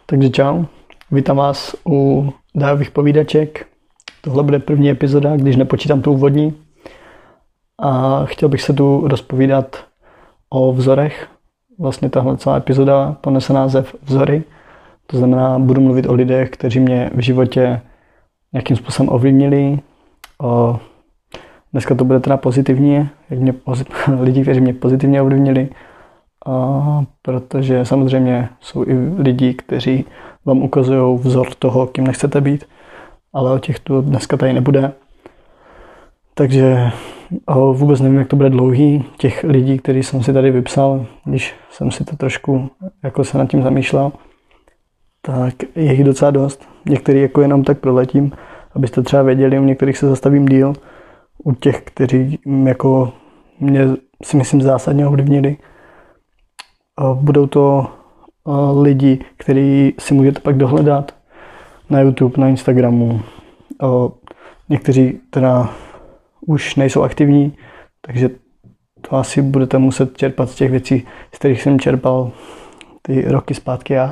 Takže čau, vítám vás u Dávových povídaček. Tohle bude první epizoda, když nepočítám tu úvodní. A chtěl bych se tu rozpovídat o vzorech. Vlastně tahle celá epizoda ponese název Vzory. To znamená, budu mluvit o lidech, kteří mě v životě nějakým způsobem ovlivnili. Dneska to bude teda pozitivně, lidi, kteří mě pozitivně ovlivnili. Protože samozřejmě jsou i lidi, kteří vám ukazují vzor toho, kým nechcete být, ale o těch tu dneska tady nebude. Takže vůbec nevím, jak to bude dlouhý. Těch lidí, který jsem si tady vypsal, když jsem si to trošku jako se nad tím zamýšlel, tak je jich docela dost. Některý jako jenom tak proletím, abyste třeba věděli, u některých se zastavím díl, u těch, kteří jako mě si myslím zásadně ovlivnili. Budou to lidi, který si můžete pak dohledat na YouTube, na Instagramu. Někteří teda už nejsou aktivní, takže to asi budete muset čerpat z těch věcí, z kterých jsem čerpal ty roky zpátky já.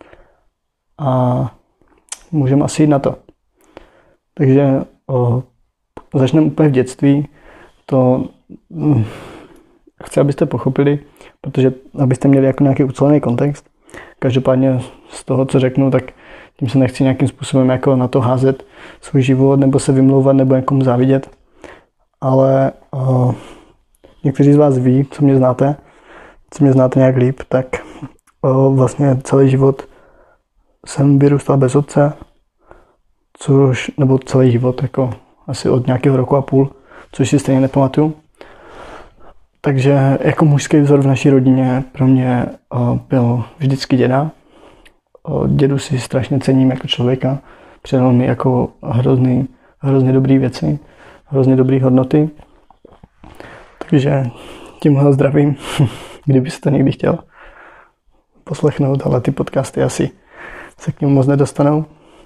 A můžeme asi jít na to. Takže začneme úplně v dětství. To chci, abyste pochopili, protože abyste měli jako nějaký ucelený kontext. Každopádně z toho, co řeknu, tak tím se nechci nějakým způsobem jako na to házet svůj život, nebo se vymlouvat, nebo někomu závidět. Ale někteří z vás ví, co mě znáte nějak líp, tak vlastně celý život jsem vyrůstal bez otce, nebo celý život, jako asi od nějakého roku a půl, což si stejně nepamatuju. Takže jako mužský vzor v naší rodině pro mě byl vždycky děda. Dědu si strašně cením jako člověka. Předal mi jako hrozně dobrý věci, hrozně dobrý hodnoty. Takže tímhle zdravím, kdybyste někdy chtěl poslechnout, ale ty podcasty asi se k němu moc nedostanou.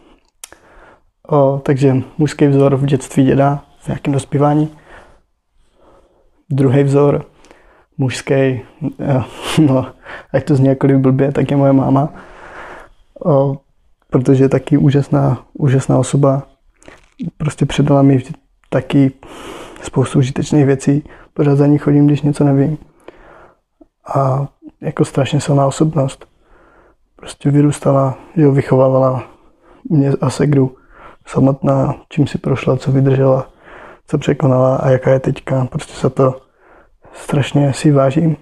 Takže mužský vzor v dětství děda, v nějakém dospívání. Druhý vzor, mužský, no, ať to zní jakkoliv blbě, tak je moje máma. Protože je taky úžasná osoba. Prostě předala mi taky spoustu užitečných věcí. Pořád za ní chodím, když něco nevím. A jako strašně silná osobnost. Prostě vyrůstala, že vychovávala mě a segru samotná, čím si prošla, co vydržela, co překonala a jaká je teďka. Prostě za to strašně si vážím.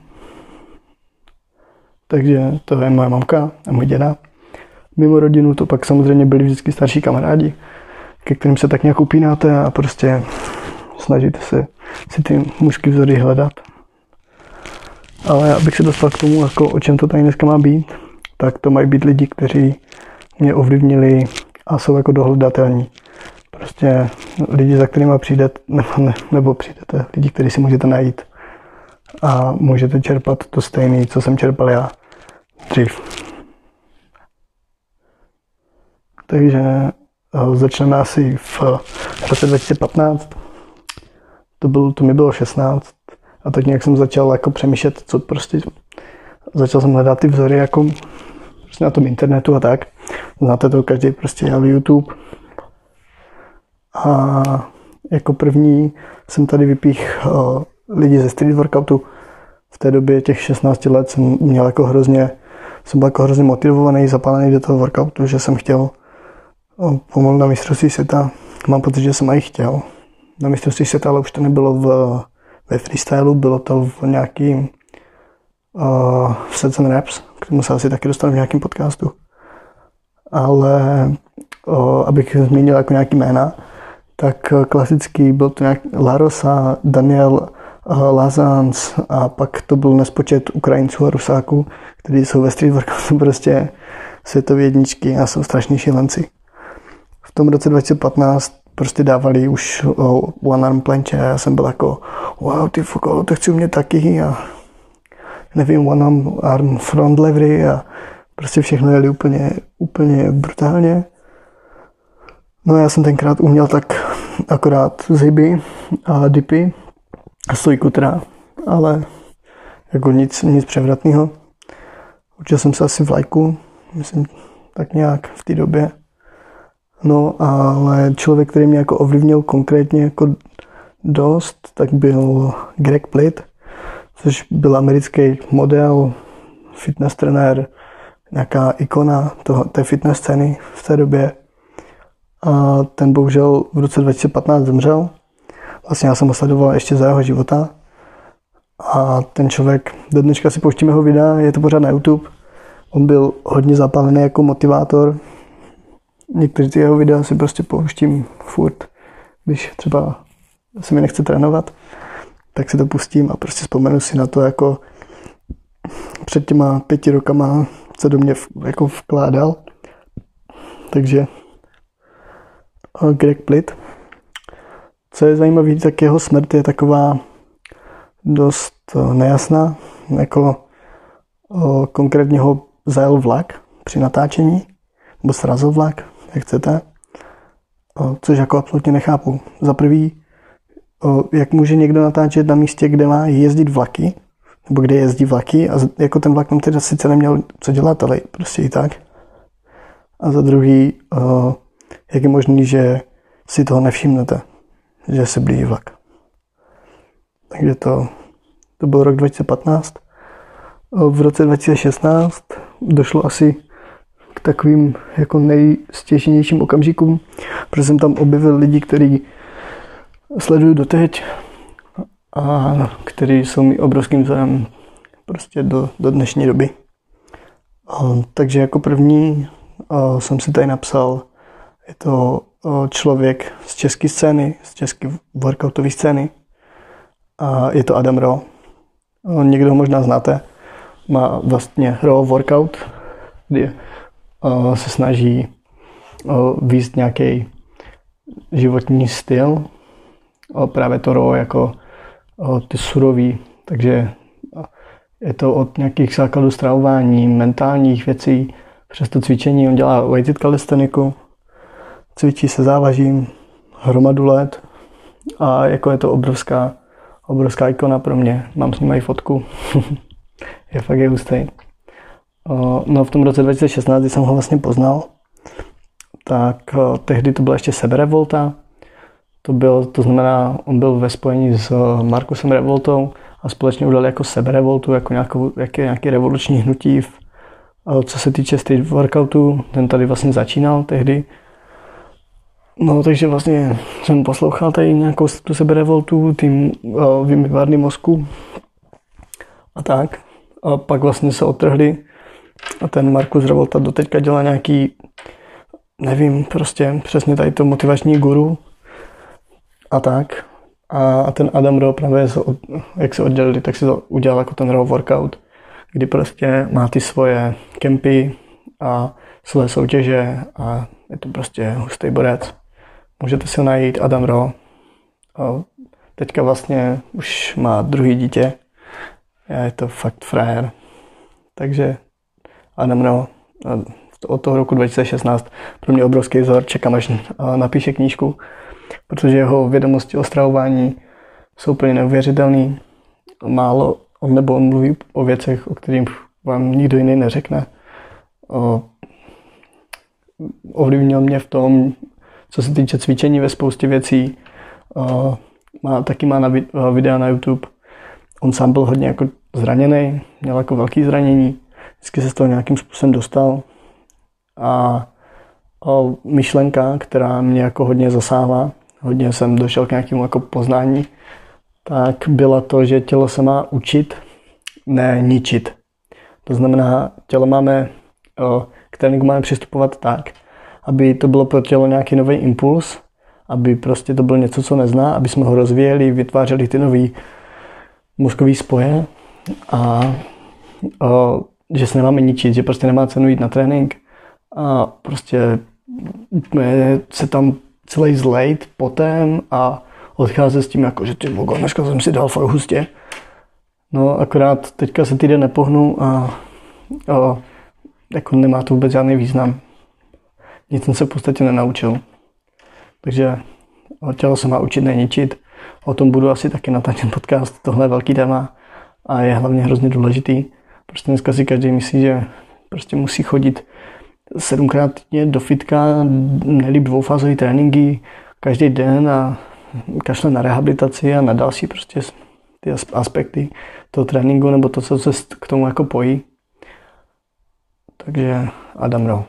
Takže to je moje mamka a můj děda. Mimo rodinu to pak samozřejmě byli vždycky starší kamarádi, ke kterým se tak nějak upínáte a prostě snažíte se si ty mužský vzory hledat. Ale abych se dostal k tomu, jako o čem to tady dneska má být, tak to mají být lidi, kteří mě ovlivnili a jsou jako dohledatelní. Prostě lidi, za kterými přijdete, nebo přijdete, lidi, kteří si můžete najít a můžete čerpat to stejné, co jsem čerpal já dřív. Takže začneme asi v roce 2015. To mi bylo 16 a tak nějak jsem začal jako přemýšlet, co prostě začal jsem hledat ty vzory jako prostě na tom internetu a tak. Znáte to, každý prostě jel YouTube. A jako první jsem tady vypích lidi ze street workoutu. V té době těch 16 let jsem byl jako hrozně motivovaný, zapálený do toho workoutu, že jsem chtěl pomoct na mistrovství světa. Mám pocit, že jsem i chtěl na mistrovství světa, ale už to nebylo ve freestylu, bylo to v nějakým v Sets and Raps, k tomu se asi taky dostanu v nějakém podcastu. Ale abych zmínil jako nějaký jména, tak klasický byl to nějak Larosa, Daniel Lazans a pak to byl nespočet Ukrajinců a Rusáků, kteří jsou ve street workoutu prostě světové jedničky a jsou strašní šílenci. V tom roce 2015 prostě dávali už one arm planche a já jsem byl jako wow, ty fuko, to chci umět taky a nevím, one arm front levery a prostě všechno jeli úplně brutálně. No já jsem tenkrát uměl tak akorát zhyby a dipy a stojku teda, ale jako nic převratného. Učil jsem se asi v lajku, myslím tak nějak v té době. No, ale člověk, který mě jako ovlivnil konkrétně jako dost, tak byl Greg Plitt, což byl americký model, fitness trenér, nějaká ikona té fitness scény v té době. A ten bohužel v roce 2015 zemřel. Vlastně já jsem ho sledoval ještě za jeho života. A ten člověk, do dneška si pouštím jeho videa, je to pořád na YouTube. On byl hodně zapálený jako motivátor. Některé ty jeho videa si prostě pouštím furt, když třeba se mi nechce trénovat, tak si to pustím a prostě vzpomenu si na to, jako před těma 5 rokama, co do mě jako vkládal. Takže Greg Plitt. Co je zajímavé, tak jeho smrt je taková dost nejasná. Jako konkrétně ho zajel vlak při natáčení, nebo srazil vlak, jak chcete. Což jako absolutně nechápu. Za prvý, jak může někdo natáčet na místě, kde má jezdit vlaky, nebo kde jezdí vlaky, a jako ten vlak tam teda sice neměl co dělat, ale prostě i tak. A za druhý, jak je možný, že si toho nevšimnete, že se blíží vlak. Takže to byl rok 2015. V roce 2016 došlo asi k takovým jako nejstěžnějším okamžikům, protože jsem tam objevil lidi, kteří sleduju doteď a kteří jsou mi obrovským vzorem prostě do dnešní doby. Takže jako první jsem si tady napsal, je to člověk z české scény, z české workoutové scény. A je to Adam Raw. Někdo ho možná znáte. Má vlastně Raw Workout, kde se snaží víct nějaký životní styl. Právě to Raw jako ty surový. Takže je to od nějakých základů stravování, mentálních věcí, přes to cvičení. On dělá weighted calistheniku, cvičí se závažím, hromadu let a jako je to obrovská ikona pro mě. Mám s ním i fotku. Je fakt hustý. No v tom roce 2016, kdy jsem ho vlastně poznal, tak tehdy to byla ještě Sebe Revolta. To znamená, on byl ve spojení s Markusem Revoltou a společně udali jako Sebe Revoltu, jako nějaký revoluční hnutí. Co se týče street workoutu, ten tady vlastně začínal tehdy. No, takže vlastně jsem poslouchal tady nějakou tu Sebe Revoltu, tým vymývárny mozku a tak. A pak vlastně se odtrhli a ten Markus Revolta doteďka dělá nějaký, nevím, prostě přesně tady to motivační guru a tak. A ten Adam Raw právě, jak se oddělili, tak si to udělal jako ten Raw Workout, kdy prostě má ty svoje kempy a své soutěže a je to prostě hustý borec. Můžete si ho najít, Adam Raw. Teďka vlastně už má druhý dítě. Je to fakt frajer. Takže Adam Raw od toho roku 2016 pro mě obrovský vzor. Čekám, až napíše knížku, protože jeho vědomosti o stravování jsou úplně neuvěřitelný. On mluví o věcech, o kterých vám nikdo jiný neřekne. Ovlivnil mě v tom, co se týče cvičení ve spoustě věcí. Taky má videa na YouTube. On sám byl hodně jako zraněný, měl jako velký zranění. Vždycky se z toho nějakým způsobem dostal. A myšlenka, která mě jako hodně zasáhla, hodně jsem došel k nějakému jako poznání, tak byla to, že tělo se má učit, ne ničit. To znamená, k tréninku máme přistupovat tak, aby to bylo pro tělo nějaký nový impuls, aby prostě to bylo něco, co nezná, aby jsme ho rozvíjeli, vytvářeli ty nový mozkový spoje a že se nemáme ničit, že prostě nemá cenu jít na trénink a prostě se tam celý zlejt potem a odcházet s tím jako, že ty vogo, dneska jsem si dal fakt hustě. No akorát teďka se týden nepohnu a jako nemá to vůbec žádný význam. Nic jsem se v podstatě nenaučil. Takže tělo se má učit neničit. O tom budu asi taky natáčet podcast. Tohle je velký téma a je hlavně hrozně důležitý. Prostě dneska si každý myslí, že prostě musí chodit 7krát týdně do fitka, nelíp dvoufázové tréninky každý den a kašle na rehabilitaci a na další prostě ty aspekty toho tréninku nebo to, co se k tomu jako pojí. Takže Adam Rowe.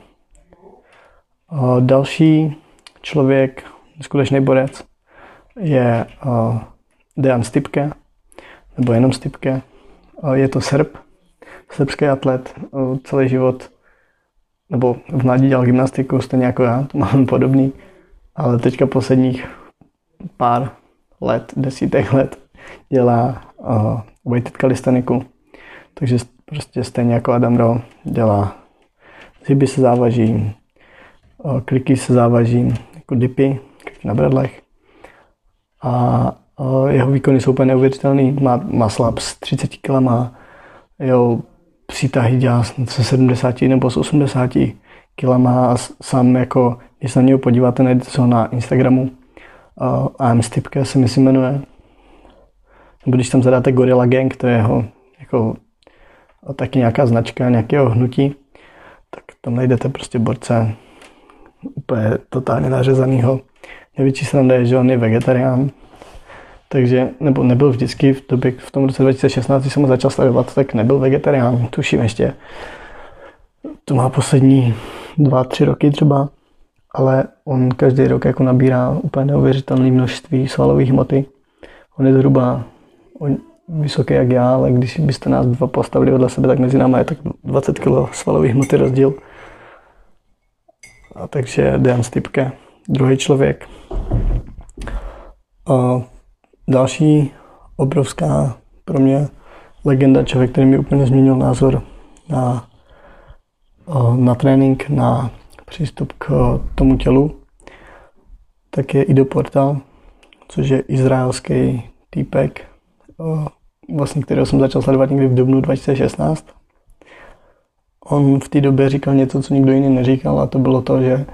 Další člověk, skutečný borec, je Dejan Stipke, nebo jenom Stipke. Je to Srb, srbský atlet, celý život, nebo v mládí dělal gymnastiku, stejně jako já, to mám podobný, ale teďka posledních pár let, desítek let dělá weighted calistheniku, takže prostě stejně jako Adam Rowe dělá zhyby se závažím, kliky se závažím, jako dipy, kliky na bradlech. A jeho výkony jsou úplně neuvěřitelný. Má slab s 30 kg, jeho přítahy dělá se 70 nebo s 80 kg a sám jako, když se na něho podíváte, najdete ho na Instagramu. AM Stipke se myslím jmenuje. Nebo když tam zadáte Gorilla Gang, to je jeho jako taky nějaká značka, nějakého hnutí, tak tam najdete prostě borce úplně totálně nařezanýho. Největší sranda je, že on je vegetarián, takže, nebo nebyl vždycky v tom roce 2016, když jsem ho začal sledovat, tak nebyl vegetarián, tuším ještě. To má poslední 2-3 roky třeba, ale on každý rok jako nabírá úplně neuvěřitelné množství svalové hmoty. On je zhruba vysoký jak já, ale když byste nás dva postavili vedle sebe, tak mezi námi je tak 20 kg svalové hmoty rozdíl. A takže Dejan Stipke, druhý člověk. Další obrovská pro mě legenda, člověk, který mi úplně změnil názor na trénink, na přístup k tomu tělu, tak je Ido Portal, což je izraelský týpek, vlastně kterého jsem začal sledovat někdy v dubnu 2016. On v té době říkal něco, co nikdo jiný neříkal, a to bylo to, že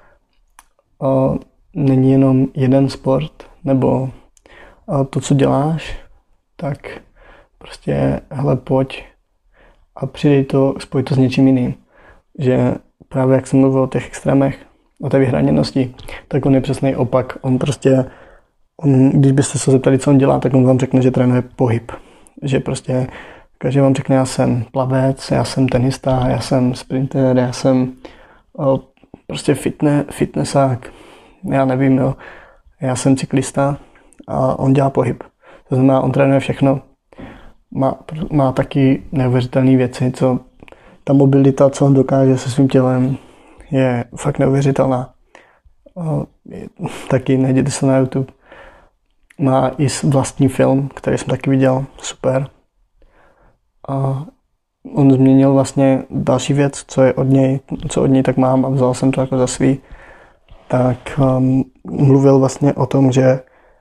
není jenom jeden sport, nebo to, co děláš, tak prostě hele, pojď a přidej to, spoj to s něčím jiným. Že právě jak jsem mluvil o těch extrémech, o té vyhraněnosti, tak on je přesný opak. Když byste se zeptali, co on dělá, tak on vám řekne, že trénuje pohyb. Že prostě každý vám řekne, já jsem plavec, já jsem tenista, já jsem sprinter, já jsem prostě fitnessák, já nevím, jo. Já jsem cyklista a on dělá pohyb. To znamená, on trénuje všechno. Má taky neuvěřitelné věci, co ta mobilita, co on dokáže se svým tělem, je fakt neuvěřitelná. Taky najděte se na YouTube. Má i vlastní film, který jsem taky viděl, super. A on změnil vlastně další věc, co od něj tak mám a vzal jsem to jako za svý. Tak mluvil vlastně o tom, že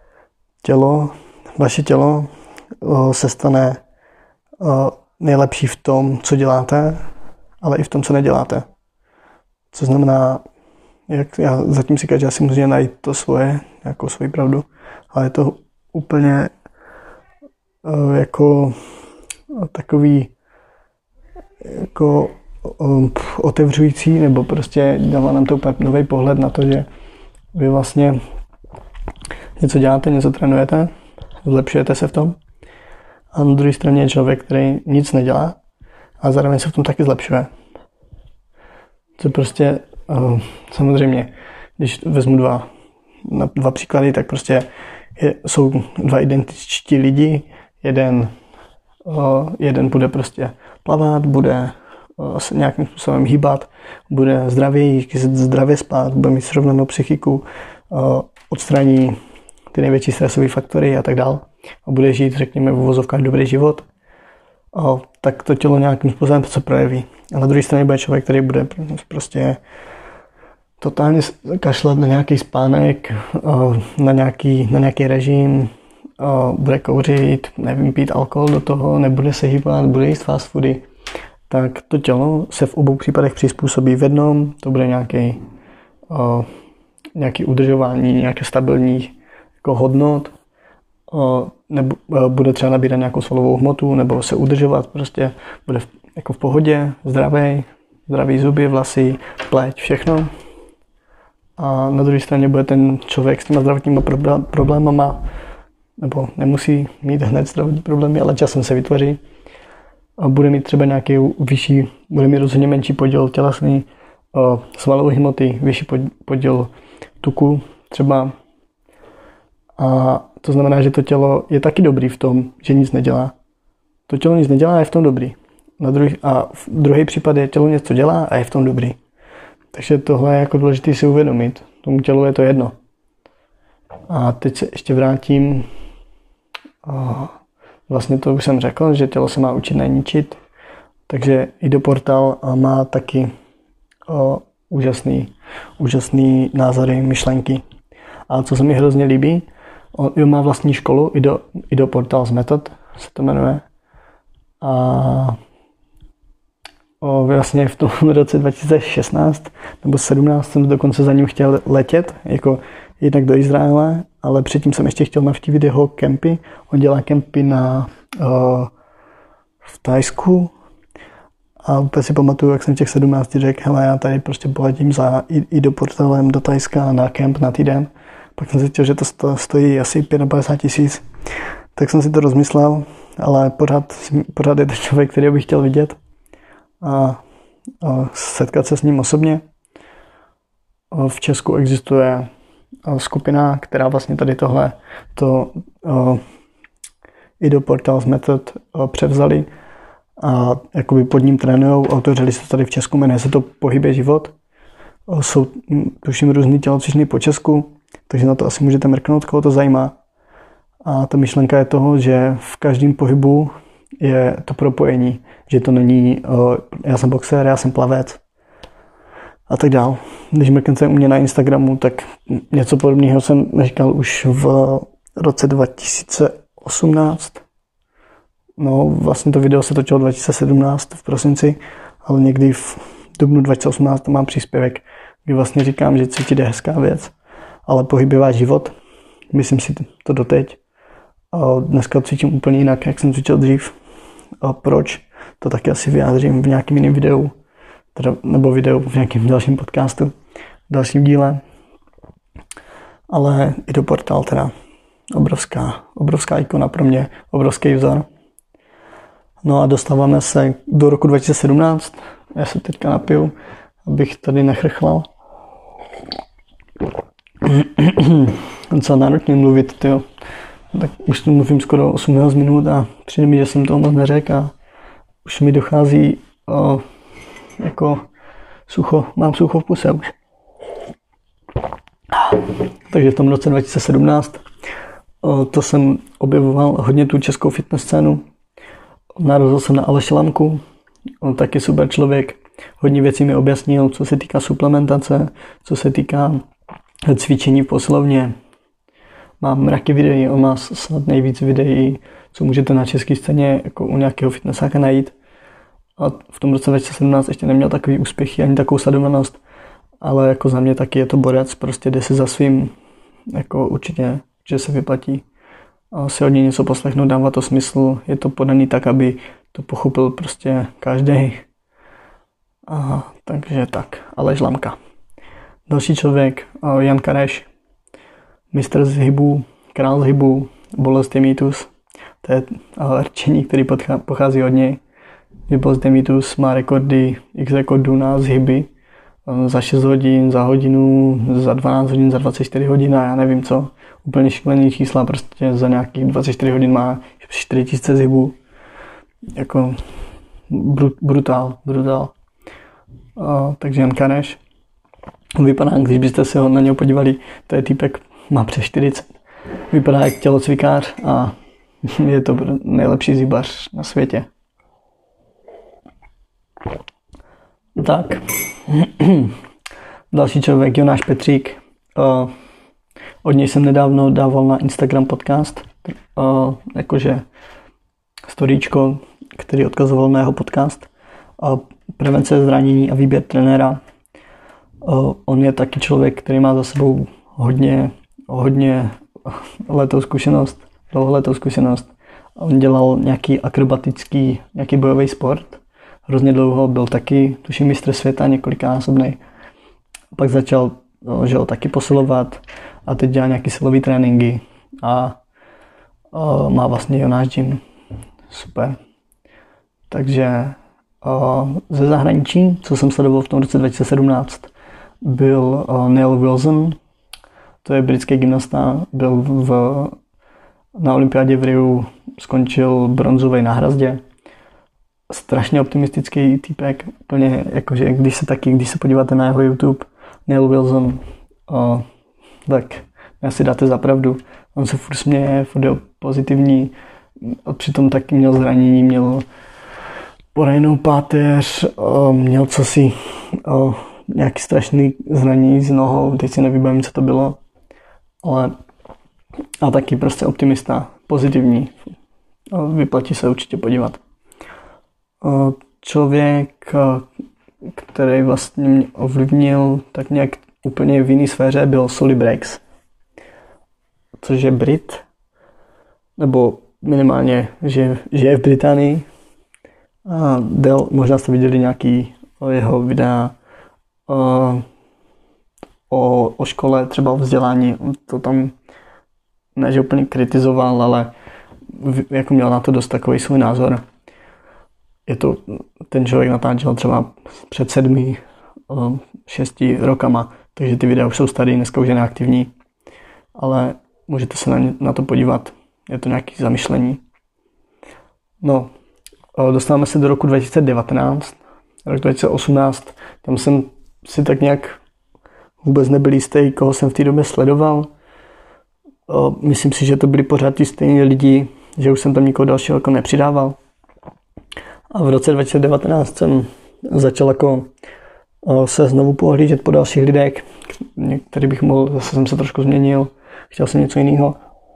vaše tělo se stane nejlepší v tom, co děláte, ale i v tom, co neděláte. Co znamená, jak já zatím si každý asi musím najít to svoje, jako svoji pravdu, ale je to úplně jako takový jako otevřující, nebo prostě dává nám to úplně nový pohled na to, že vy vlastně něco děláte, něco trénujete, zlepšujete se v tom, a na druhé straně je člověk, který nic nedělá a zároveň se v tom taky zlepšuje. To prostě samozřejmě, když vezmu dva příklady, tak prostě jsou dva identičtí lidi, jeden bude prostě plavat, bude se nějakým způsobem hýbat, bude zdravě spát, bude mít srovnanou psychiku, odstraní ty největší stresové faktory a tak dále. A bude žít, řekněme, v uvozovkách dobrý život, tak to tělo nějakým způsobem se projeví. A na druhé straně bude člověk, který bude prostě totálně kašlat na nějaký spánek, na nějaký režim, bude kouřit, nevím, pít alkohol do toho, nebude se hýbat, bude jíst fast foody, tak to tělo se v obou případech přizpůsobí. V jednom to bude nějaký udržování, nějaké stabilní jako hodnot, nebo bude třeba nabírat nějakou svalovou hmotu, nebo se udržovat, prostě bude jako v pohodě, zdravý zuby, vlasy, pleť, všechno. A na druhé straně bude ten člověk s těma zdravotními problémama, nebo nemusí mít hned zdravotní problémy, ale časem se vytvoří. A bude mít třeba nějaký vyšší, bude mít rozhodně menší podíl tělesný, svalové hmoty, vyšší podíl tuku třeba. A to znamená, že to tělo je taky dobrý v tom, že nic nedělá. To tělo nic nedělá a je v tom dobrý. A v druhý případ je tělo něco dělá a je v tom dobrý. Takže tohle je jako důležité si uvědomit. Tomu tělu je to jedno. A teď se ještě vrátím. Vlastně to už jsem řekl, že tělo se má učit neničit. Takže IDOportal má taky úžasný názory, myšlenky. A co se mi hrozně líbí, on má vlastní školu, IDOportals Method se to jmenuje. A vlastně v tom roce 2016 nebo 2017 jsem dokonce za ním chtěl letět, jako jednak do Izraele, ale předtím jsem ještě chtěl navštívit jeho kempy. On dělá kempy v Thajsku a úplně si pamatuju, jak jsem v těch 17 řekl, hele, já tady prostě poletím za IDOportalem do Thajska na kemp na týden. Pak jsem zjistil, že to stojí asi 55 000. Tak jsem si to rozmyslel, ale pořád je to člověk, který bych chtěl vidět a setkat se s ním osobně. V Česku existuje skupina, která vlastně tady to IDOportals Method převzali a jakoby pod ním trénujou. Otevřeli se tady v Česku, jmenuje se to Pohybě život. Jsou tuším různý tělocvičny po Česku, takže na to asi můžete mrknout, koho to zajímá. A ta myšlenka je toho, že v každém pohybu je to propojení, že to není já jsem boxer, já jsem plavec a tak dál. Když mrknete u mě na Instagramu, tak něco podobného jsem říkal už v roce 2018. No, vlastně to video se točilo 2017 v prosinci, ale někdy v dubnu 2018 mám příspěvek, kdy vlastně říkám, že cvičit je hezká věc, ale pohyb je váš život. Myslím si to doteď. A dneska cvičím úplně jinak, jak jsem cvičil dřív. A proč? To taky asi vyjádřím v nějakém jiném videu, nebo videu v nějakém dalším podcastu, v dalším díle. Ale IDOportal teda obrovská ikona pro mě, obrovský vzor. No a dostáváme se do roku 2017. Já se teďka napiju, abych tady nechrchlal. Docela náročně mluvit, tyjo. Tak už tu mluvím skoro 18 minut a přijde mi, že jsem toho moc neřekl a už mi dochází jako sucho, mám sucho v puse už. Takže v tom roce 2017 to jsem objevoval hodně tu českou fitness scénu. Narazil jsem na Aleše Lamku, on taky super člověk, hodně věcí mi objasnil, co se týká suplementace, co se týká cvičení v posilovně. Mám mraky videí, on má snad nejvíc videí, co můžete na české scéně jako u nějakého fitnessáka najít. A v tom roce 2017 ještě neměl takový úspěchy, ani takovou sledovanost, ale jako za mě taky je to borec, prostě jde si za svým, jako určitě, že se vyplatí. A si od něj něco poslechnout, dává to smysl, je to podaný tak, aby to pochopil prostě každý. Takže tak, Aleš Lamka. Další člověk, Jan Kareš, mistr z hybů, král z hybů, bolest je mýtus. To je rčení, který pochází od něj. Bolest je mýtus má rekordy, x rekordů na zhyby. Za 6 hodin, za hodinu, za 12 hodin, za 24 hodin a já nevím co. Úplně šílený čísla, prostě za nějakých 24 hodin má 4000 zhybů. Jako brutál. Takže Jan Kareš. Vypadá, když byste se ho na něho podívali, to je týpek, má přes 40. Vypadá jak tělocvikář a je to nejlepší zhybař na světě. Tak. Další člověk, Jonáš Petřík. Od něj jsem nedávno dával na Instagram podcast, jakože storíčko, který odkazoval na jeho podcast. Prevence zranění a výběr trenéra. On je taky člověk, který má za sebou hodně dlouholetou zkušenost. On dělal nějaký bojový sport. Hrozně dlouho byl taky, tuším, mistr světa, několikanásobný. pak začal že ho taky posilovat a teď dělá nějaký silový tréninky a má vlastně Jonáš Gym. Super. Takže ze zahraničí, co jsem sledoval v tom roce 2017, byl Neil Wilson, to je britský gymnasta, byl na olympiádě v Riu, skončil bronzový na hrazdě. Strašně optimistický týpek, úplně jakože když se podíváte na jeho YouTube, Neil Wilson, tak asi dáte za pravdu. On se furt směje, furt je pozitivní, a přitom taky měl zranění, měl poraněnou páteř, měl nějaký strašný zranění s nohou, teď si nevybavím, co to bylo, ale a taky prostě optimista, pozitivní. Vyplatí se určitě podívat. Člověk, který vlastně mě ovlivnil tak nějak úplně v jiné sféře, byl Solly Breaks, což je Brit, nebo minimálně žije v Británii. A možná jste viděli nějaký jeho videa o škole, třeba o vzdělání. To tam ne, že úplně kritizoval, ale jako měl na to dost takový svůj názor. Ten člověk natáčel třeba před 7-6 rokama, takže ty videa už jsou starý, dneska už je neaktivní, ale můžete se na to podívat, je to nějaké zamyšlení. No, dostáváme se do roku 2019, rok 2018, tam jsem si tak nějak vůbec nebyl jistý, koho jsem v té době sledoval. Myslím si, že to byli pořád ty stejní lidi, že už jsem tam nikoho dalšího jako nepřidával. A v roce 2019 jsem začal jako se znovu pohlížet po dalších lidech, který bych mohl, zase jsem se trošku změnil, chtěl jsem něco jiného.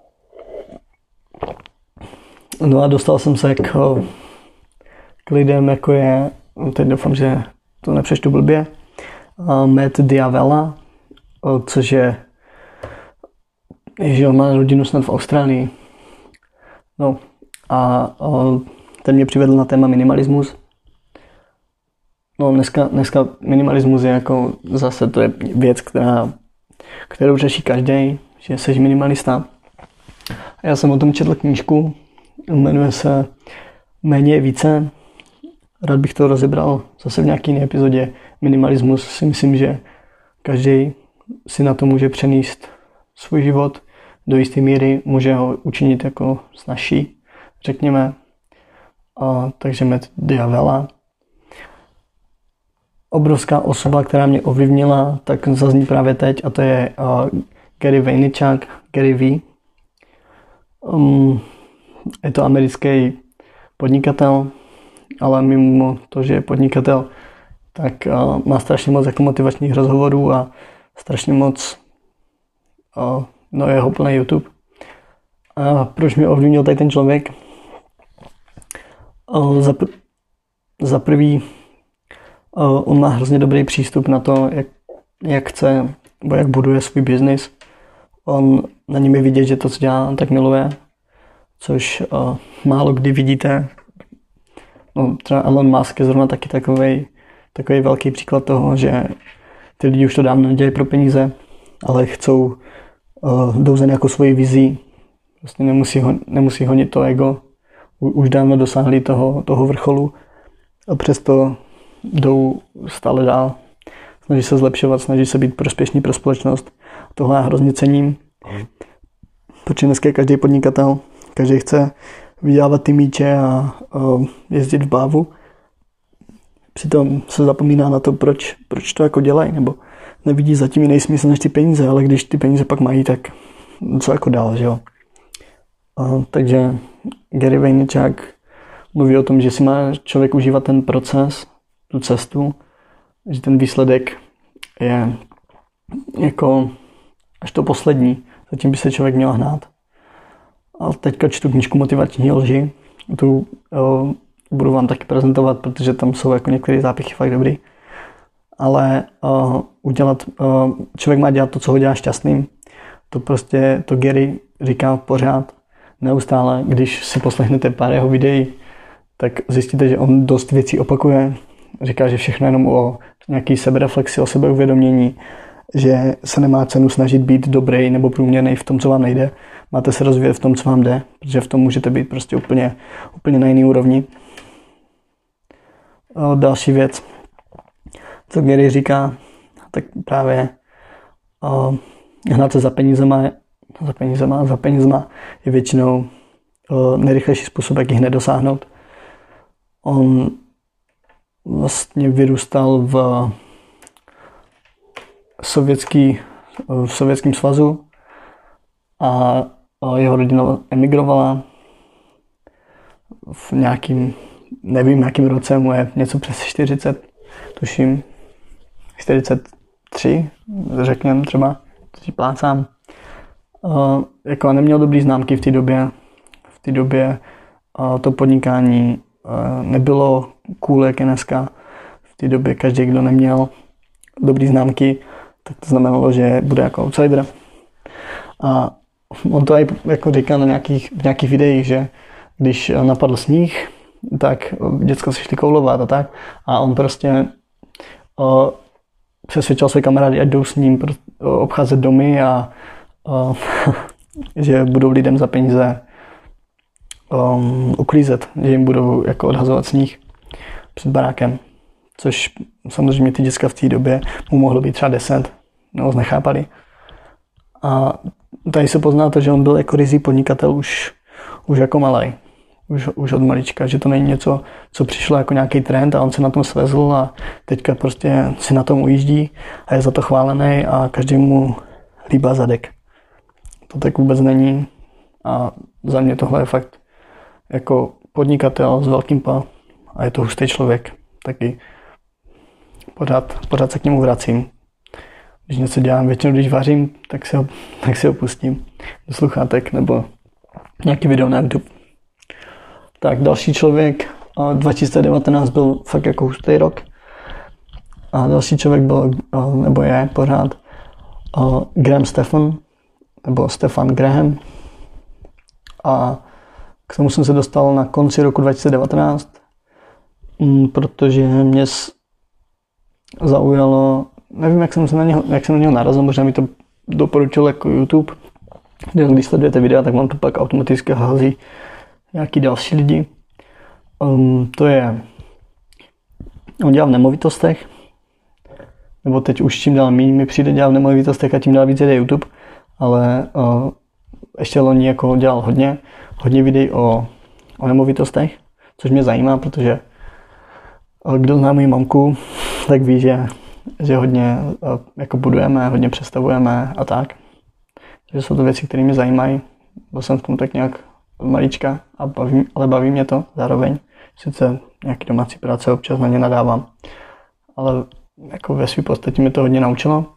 No a dostal jsem se k lidem, jako je, teď doufám, že to nepřečtu blbě, Matt D'Avella, což je, že on má rodinu snad v Austrálii. No a ten mě přivedl na téma minimalismus. No dneska minimalismus je jako zase to je věc, kterou řeší každý, že jsi minimalista. A já jsem o tom četl knížku, jmenuje se Méně je více. Rád bych to rozebral zase v nějaké jiné epizodě. Minimalismus si myslím, že každý si na to může přenést svůj život do jisté míry, může ho učinit jako snazší, řekněme. Takže Matt D'Avella. Obrovská osoba, která mě ovlivnila, tak zazní právě teď, a to je Gary Vaynerchuk, Gary V. Je to americký podnikatel, ale mimo to, že je podnikatel, tak má strašně moc jako motivačních rozhovorů a strašně moc jeho plný YouTube. A proč mě ovlivnil tady ten člověk? Za prvý, on má hrozně dobrý přístup na to, jak chce, nebo jak buduje svůj biznis. On na něm je vidět, že to, co dělá, tak miluje, což málo kdy vidíte. No, třeba Elon Musk je zrovna taky takový velký příklad toho, že ty lidi už to dávno nedělají pro peníze, ale jdou za nějakou svoji vizí. Vlastně nemusí honit to ego. Už dávno dosáhli toho vrcholu a přesto jdou stále dál. Snaží se zlepšovat, snaží se být prospěšný pro společnost. Tohle já hrozně cením, protože dneska je každý podnikatel, každý chce vydělávat ty míče a jezdit v bávu. Přitom se zapomíná na to, proč to jako dělají, nebo nevidí zatím jiný smysl než ty peníze, ale když ty peníze pak mají, tak co jako dál, že jo. Takže Gary Vaynerchuk mluví o tom, že si má člověk užívat ten proces, tu cestu, že ten výsledek je jako až to poslední, zatím by se člověk měl hnát. A teďka čtu knížku Motivační lži, tu budu vám taky prezentovat, protože tam jsou jako některé zápichy fakt dobrý. Ale člověk má dělat to, co ho dělá šťastným. To Gary říká pořád, neustále, když si poslechnete pár jeho videí, tak zjistíte, že on dost věcí opakuje. Říká, že všechno jenom o nějaký sebereflexi, o sebeuvědomění, že se nemá cenu snažit být dobrý nebo průměrný v tom, co vám nejde. Máte se rozvíjet v tom, co vám jde, protože v tom můžete být prostě úplně na jiný úrovni. Další věc, co Gary říká, tak právě hnát se za penízema je většinou nejrychlejší způsob, jak jich nedosáhnout. On vlastně vyrůstal v Sovětském svazu a jeho rodina emigrovala v nějakým, nevím jakým roce, mu je něco přes 40, tuším 43, řekněme třeba, to si plácám. Jako neměl dobrý známky v té době. V té době to podnikání nebylo cool, jak je dneska. V té době každý, kdo neměl dobrý známky, tak to znamenalo, že bude jako outsider. A on to i jako říká na nějakých videích, že když napadl sníh, tak děcka se šli koulovat a tak. A on prostě přesvědčil své kamarády, ať jdou s ním obcházet domy a že budou lidem za peníze uklízet, že jim budou jako odhazovat sníh před barákem. Což samozřejmě ty děcka v té době mu mohlo být třeba 10, nebo nechápali. A tady se pozná to, že on byl jako ryzí podnikatel už jako malej. Už od malička, že to není něco, co přišlo jako nějaký trend a on se na tom svezl a teďka prostě si na tom ujíždí a je za to chválený a každý mu líbá zadek. To tak vůbec není a za mě tohle je fakt jako podnikatel s velkým P a je to hustý člověk. Taky pořád se k němu vracím. Když něco dělám, většinou když vařím, tak si ho pustím do sluchátek nebo nějaký video na YouTube. Tak další člověk, 2019 byl fakt jako hustý rok. A další člověk byl, nebo je pořád, Graham Stephan, nebo Stefan Graham. A k tomu jsem se dostal na konci roku 2019, protože mě zaujalo, nevím, jak jsem na něho narazil, možná mi to doporučil jako YouTube. Když sledujete videa, tak vám to pak automaticky hází nějaký další lidi. On dělá v nemovitostech, nebo teď už čím dál méně mi přijde dělat v nemovitostech a tím dál víc jde YouTube, ale ještě loni jako dělal hodně videí o nemovitostech, což mě zajímá, protože kdo zná moji mamku, tak ví, že hodně jako budujeme, hodně přestavujeme a tak. Takže jsou to věci, které mě zajímají. Byl jsem v tom tak nějak od malička, ale baví mě to zároveň. Sice nějaký domácí práce občas na ně nadávám, ale jako ve své podstatě mě to hodně naučilo.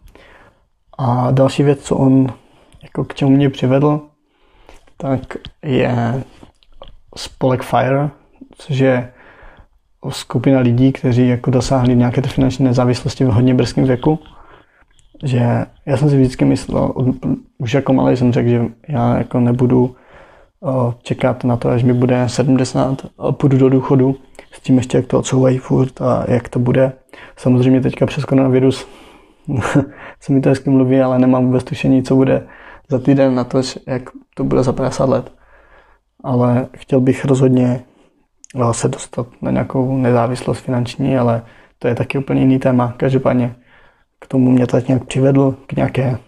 A další věc, co on jako k čemu mě přivedl, tak je spolek FIRE, což je skupina lidí, kteří jako dosáhli nějaké finanční nezávislosti v hodně brzkém věku. Že já jsem si vždycky myslel, už jako malý jsem řekl, že já jako nebudu čekat na to, až mi bude 70 a půjdu do důchodu. S tím ještě, jak to odsouvají furt a jak to bude. Samozřejmě teďka přes koronavirus se mi to hezky mluví, ale nemám vůbec tušení, co bude za týden na to, jak to bude za 50 let. Ale chtěl bych rozhodně se dostat na nějakou nezávislost finanční, ale to je taky úplně jiný téma. Každopádně k tomu mě tak nějak přivedl, k nějaké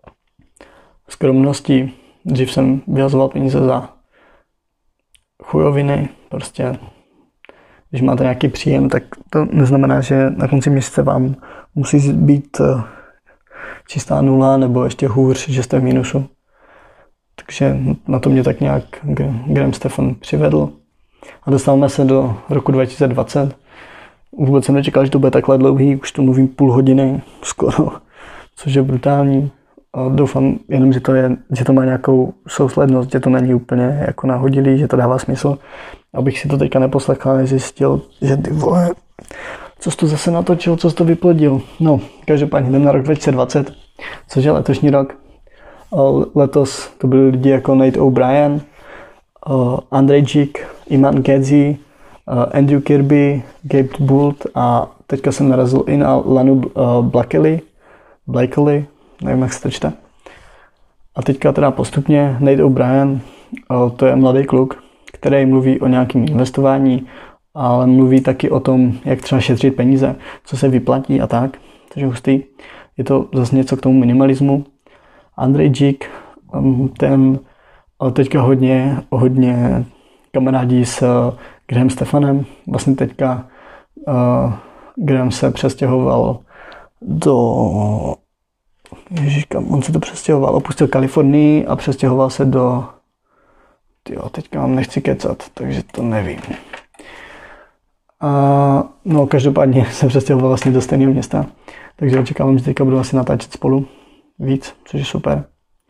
skromnosti. Dřív jsem vyhazoval peníze za chujoviny. Prostě, když máte nějaký příjem, tak to neznamená, že na konci měsíce vám musí být čistá nula, nebo ještě hůř, že jste v mínusu. Takže na to mě tak nějak Graham Stephan přivedl. A dostáváme se do roku 2020. Vůbec jsem nečekal, že to bude takhle dlouhý, už to mluvím půl hodiny skoro, což je brutální. A doufám jenom, že to má nějakou souslednost, že to není úplně jako nahodilý, že to dává smysl. Abych si to teďka neposlechl a nezjistil, že ty vole, co jsi to zase natočil, co jsi to vyplodil. No, každopádně jdem na rok 2020, což je letošní rok. Letos to byli lidi jako Nate O'Brien, Andrej Džik, Iman Gezi, Andrew Kirby, Gabe Boult a teďka jsem narazil i na Lanu Blakely, nevím, jak se to čte. A teďka teda postupně Nate O'Brien, to je mladý kluk, který mluví o nějakém investování, ale mluví taky o tom, jak třeba šetřit peníze, co se vyplatí a tak. Takže hustý. Je to zase něco k tomu minimalismu. Andrej Dík, ten teďka hodně kamarádí s Graham Stefanem. Vlastně teďka Graham se přestěhoval on se to přestěhoval, opustil Kalifornii a přestěhoval se teďka vám nechci kecat, takže to nevím. No, každopádně se přestěhoval vlastně do stejného města, takže očekávám, že teďka budu asi natáčet spolu víc, což je super.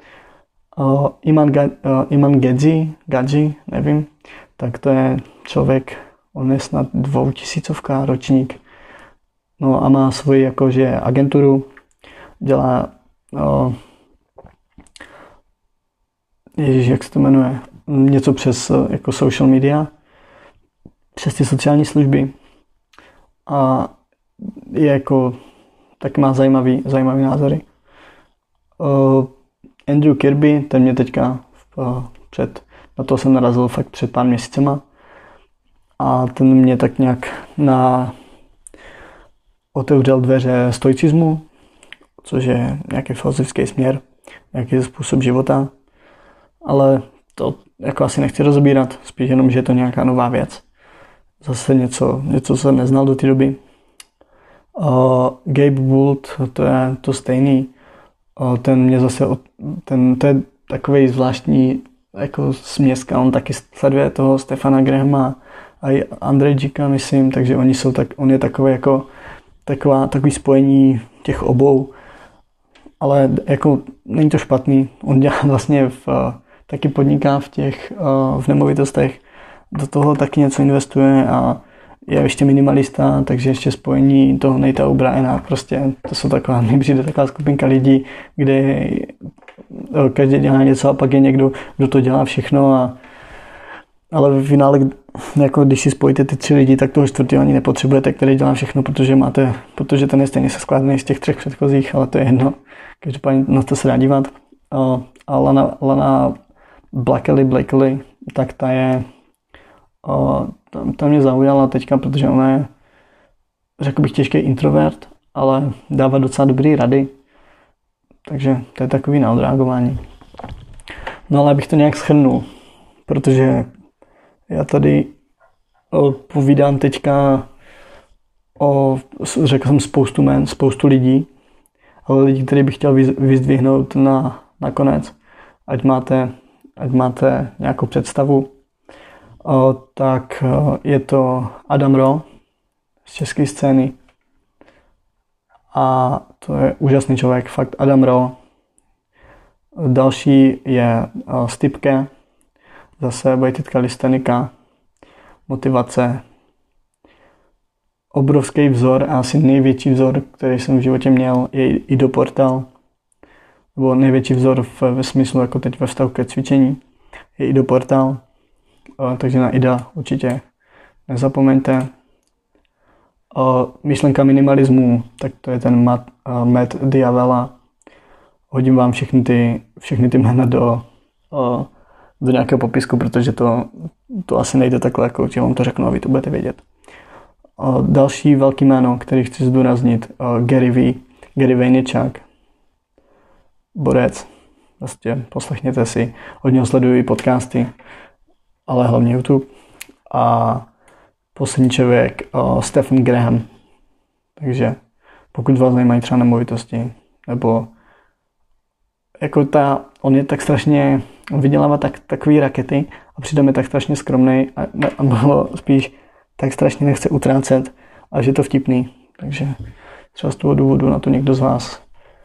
Iman Gadzi, nevím, tak to je člověk, on je snad 2000 ročník, no a má svoji jakože agenturu, dělá jak se to jmenuje, něco přes jako social media, přes ty sociální služby a je jako, tak má zajímavý názory. Andrew Kirby, ten mě teďka na to jsem narazil fakt před pár měsícema a ten mě tak nějak otevřel dveře stoicismu, což je nějaký filozofický směr, nějaký způsob života, ale to jako asi nechci rozbírat, spíš jenom, že je to nějaká nová věc. Zase něco co jsem neznal do té doby. Gabe Wood, to je to stejný. Ten mě zase, to je takovej zvláštní jako směska, on taky sleduje toho Stefana Grahama a i Andrej Díka, myslím, takže on je takový jako takový spojení těch obou, ale jako není to špatný. On dělá vlastně taky podniká v nemovitostech, do toho taky něco investuje a je ještě minimalista, takže ještě spojení toho Natea O'Briena, prostě to jsou mi přijde taková skupinka lidí, kde každý dělá něco a pak je někdo, kdo to dělá všechno ale v finále, jako když si spojíte ty 3 lidi, tak toho 4. ani nepotřebujete, který dělá všechno, protože ten je stejně se skládaný z těch 3 předchozích, ale to je jedno. Každopádně na to se dá dívat. A Lana Blakely, tak ta je ta mě zaujala teďka, protože ona je, řekl bych, těžký introvert, ale dává docela dobrý rady. Takže to je takový na odreagování. No ale abych to nějak shrnul, protože já tady povídám teďka řekl jsem spoustu lidí, ale lidí, který bych chtěl vyzdvihnout na konec, ať máte nějakou představu, tak je to Adam Ro z české scény a to je úžasný člověk, fakt Adam Ro. Další je Stipke, zase weighted calisthenika, motivace, obrovský vzor a asi největší vzor, který jsem v životě měl, je Ido Portal, nebo největší vzor ve smyslu jako teď ve vztahu ke cvičení, je Ido Portal, takže na Ida určitě nezapomeňte. Myšlenka minimalismu, tak to je ten Matt D'Avella. Hodím vám všechny ty jména do nějakého popisku, protože to asi nejde takhle, jako že vám to řeknu a vy to budete vědět. Další velký jméno, který chci zdůraznit, Gary Vaynerchuk, borec. Prostě poslechněte si, od něho sleduju i podcasty, ale hlavně YouTube. A poslední člověk, Stephen Graham. Takže pokud vás zajímají třeba nemovitosti, nebo jako on je tak strašně, on vydělává takový rakety a přitom je tak strašně skromnej a spíš tak strašně nechce utrácet a že je to vtipný. Takže třeba z toho důvodu na to někdo z vás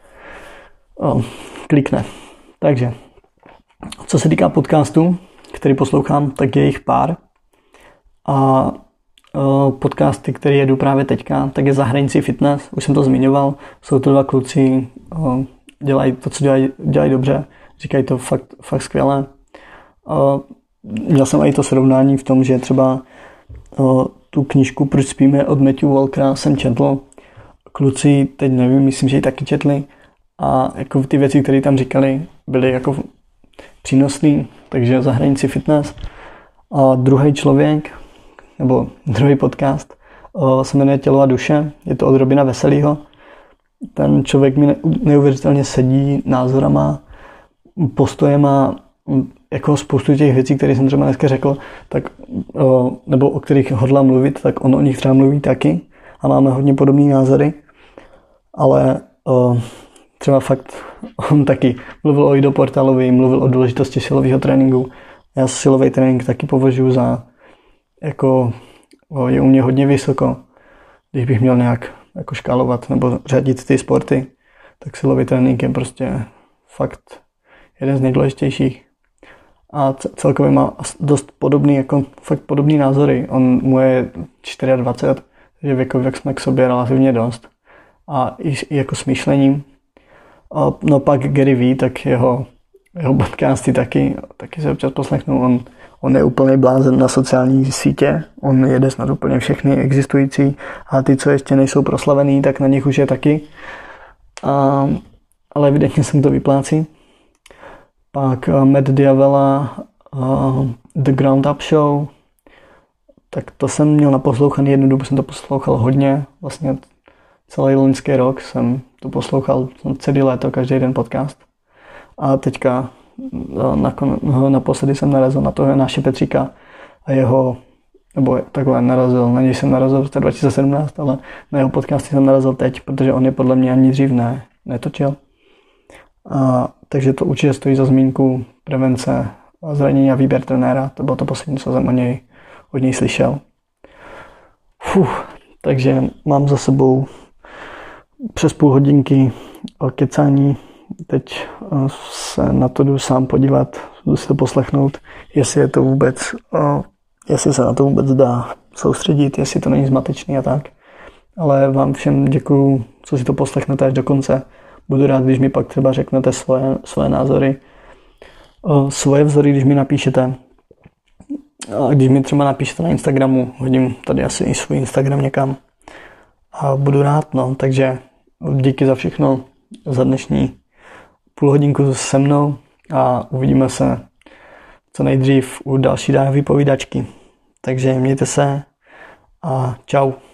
klikne. Takže, co se týká podcastu, který poslouchám, tak je jich pár. A podcasty, které jedu právě teďka, tak je Za hranicí fitness, už jsem to zmiňoval. Jsou to 2 kluci, dělají to, co dělají dobře, říkají to fakt skvěle. Měl jsem i to srovnání v tom, že třeba tu knížku Proč spíme od Matthew Walkera jsem četl. Kluci, teď nevím, myslím, že ji taky četli. A jako ty věci, které tam říkali, byly jako přínosný, takže za hranici fitness. A druhý člověk, nebo druhý podcast, se jmenuje Tělo a duše. Je to od Robina Veselýho. Ten člověk mi neuvěřitelně sedí názorama, postojema, jako spoustu těch věcí, které jsem třeba dneska řekl, tak, nebo o kterých hodlám mluvit, tak on o nich třeba mluví taky a máme hodně podobné názory, ale třeba fakt on taky mluvil o Ido Portalovi, mluvil o důležitosti silového tréninku. Já silový trénink taky považuji za, jako je u mě hodně vysoko, když bych měl nějak jako škálovat nebo řadit ty sporty, tak silový trénink je prostě fakt jeden z nejdůležitějších. A celkově má dost podobný, jako fakt podobný názory. Mu je 24, takže věkově jak jsme k sobě relativně dost. A i jako smýšlením. A no pak Gary Vee, tak jeho podcasty taky se občas poslechnu. On je úplný blázen na sociální sítě. On jede snad úplně všechny existující. A ty, co ještě nejsou proslavený, tak na nich už je taky. Ale evidentně se mu to vyplácí. Pak Matt Diavela, The Ground Up Show, tak to jsem měl naposlouchaný, jednu dobu jsem to poslouchal hodně, vlastně celý loňský rok jsem to poslouchal celý léto, každý den podcast. A teďka naposledy jsem narazil na toho Janáše Petříka a nebo takhle na něj jsem narazil v roce 2017, ale na jeho podcasty jsem narazil teď, protože on je podle mě ani dřív netočil. Takže to určitě stojí za zmínku, prevence, zranění a výběr trenéra. To bylo to poslední, co jsem od něj slyšel. Takže mám za sebou přes půl hodinky o kecání. Teď se na to jdu sám podívat, jdu si to poslechnout, jestli se na to vůbec dá soustředit, jestli to není zmatečný a tak. Ale vám všem děkuju, co si to poslechnete až do konce. Budu rád, když mi pak třeba řeknete svoje názory, svoje vzory, když mi napíšete. A když mi třeba napíšete na Instagramu, hodím tady asi i svůj Instagram někam. A budu rád, takže díky za všechno, za dnešní půl hodinku se mnou a uvidíme se co nejdřív u další vypovídačky. Takže mějte se a čau.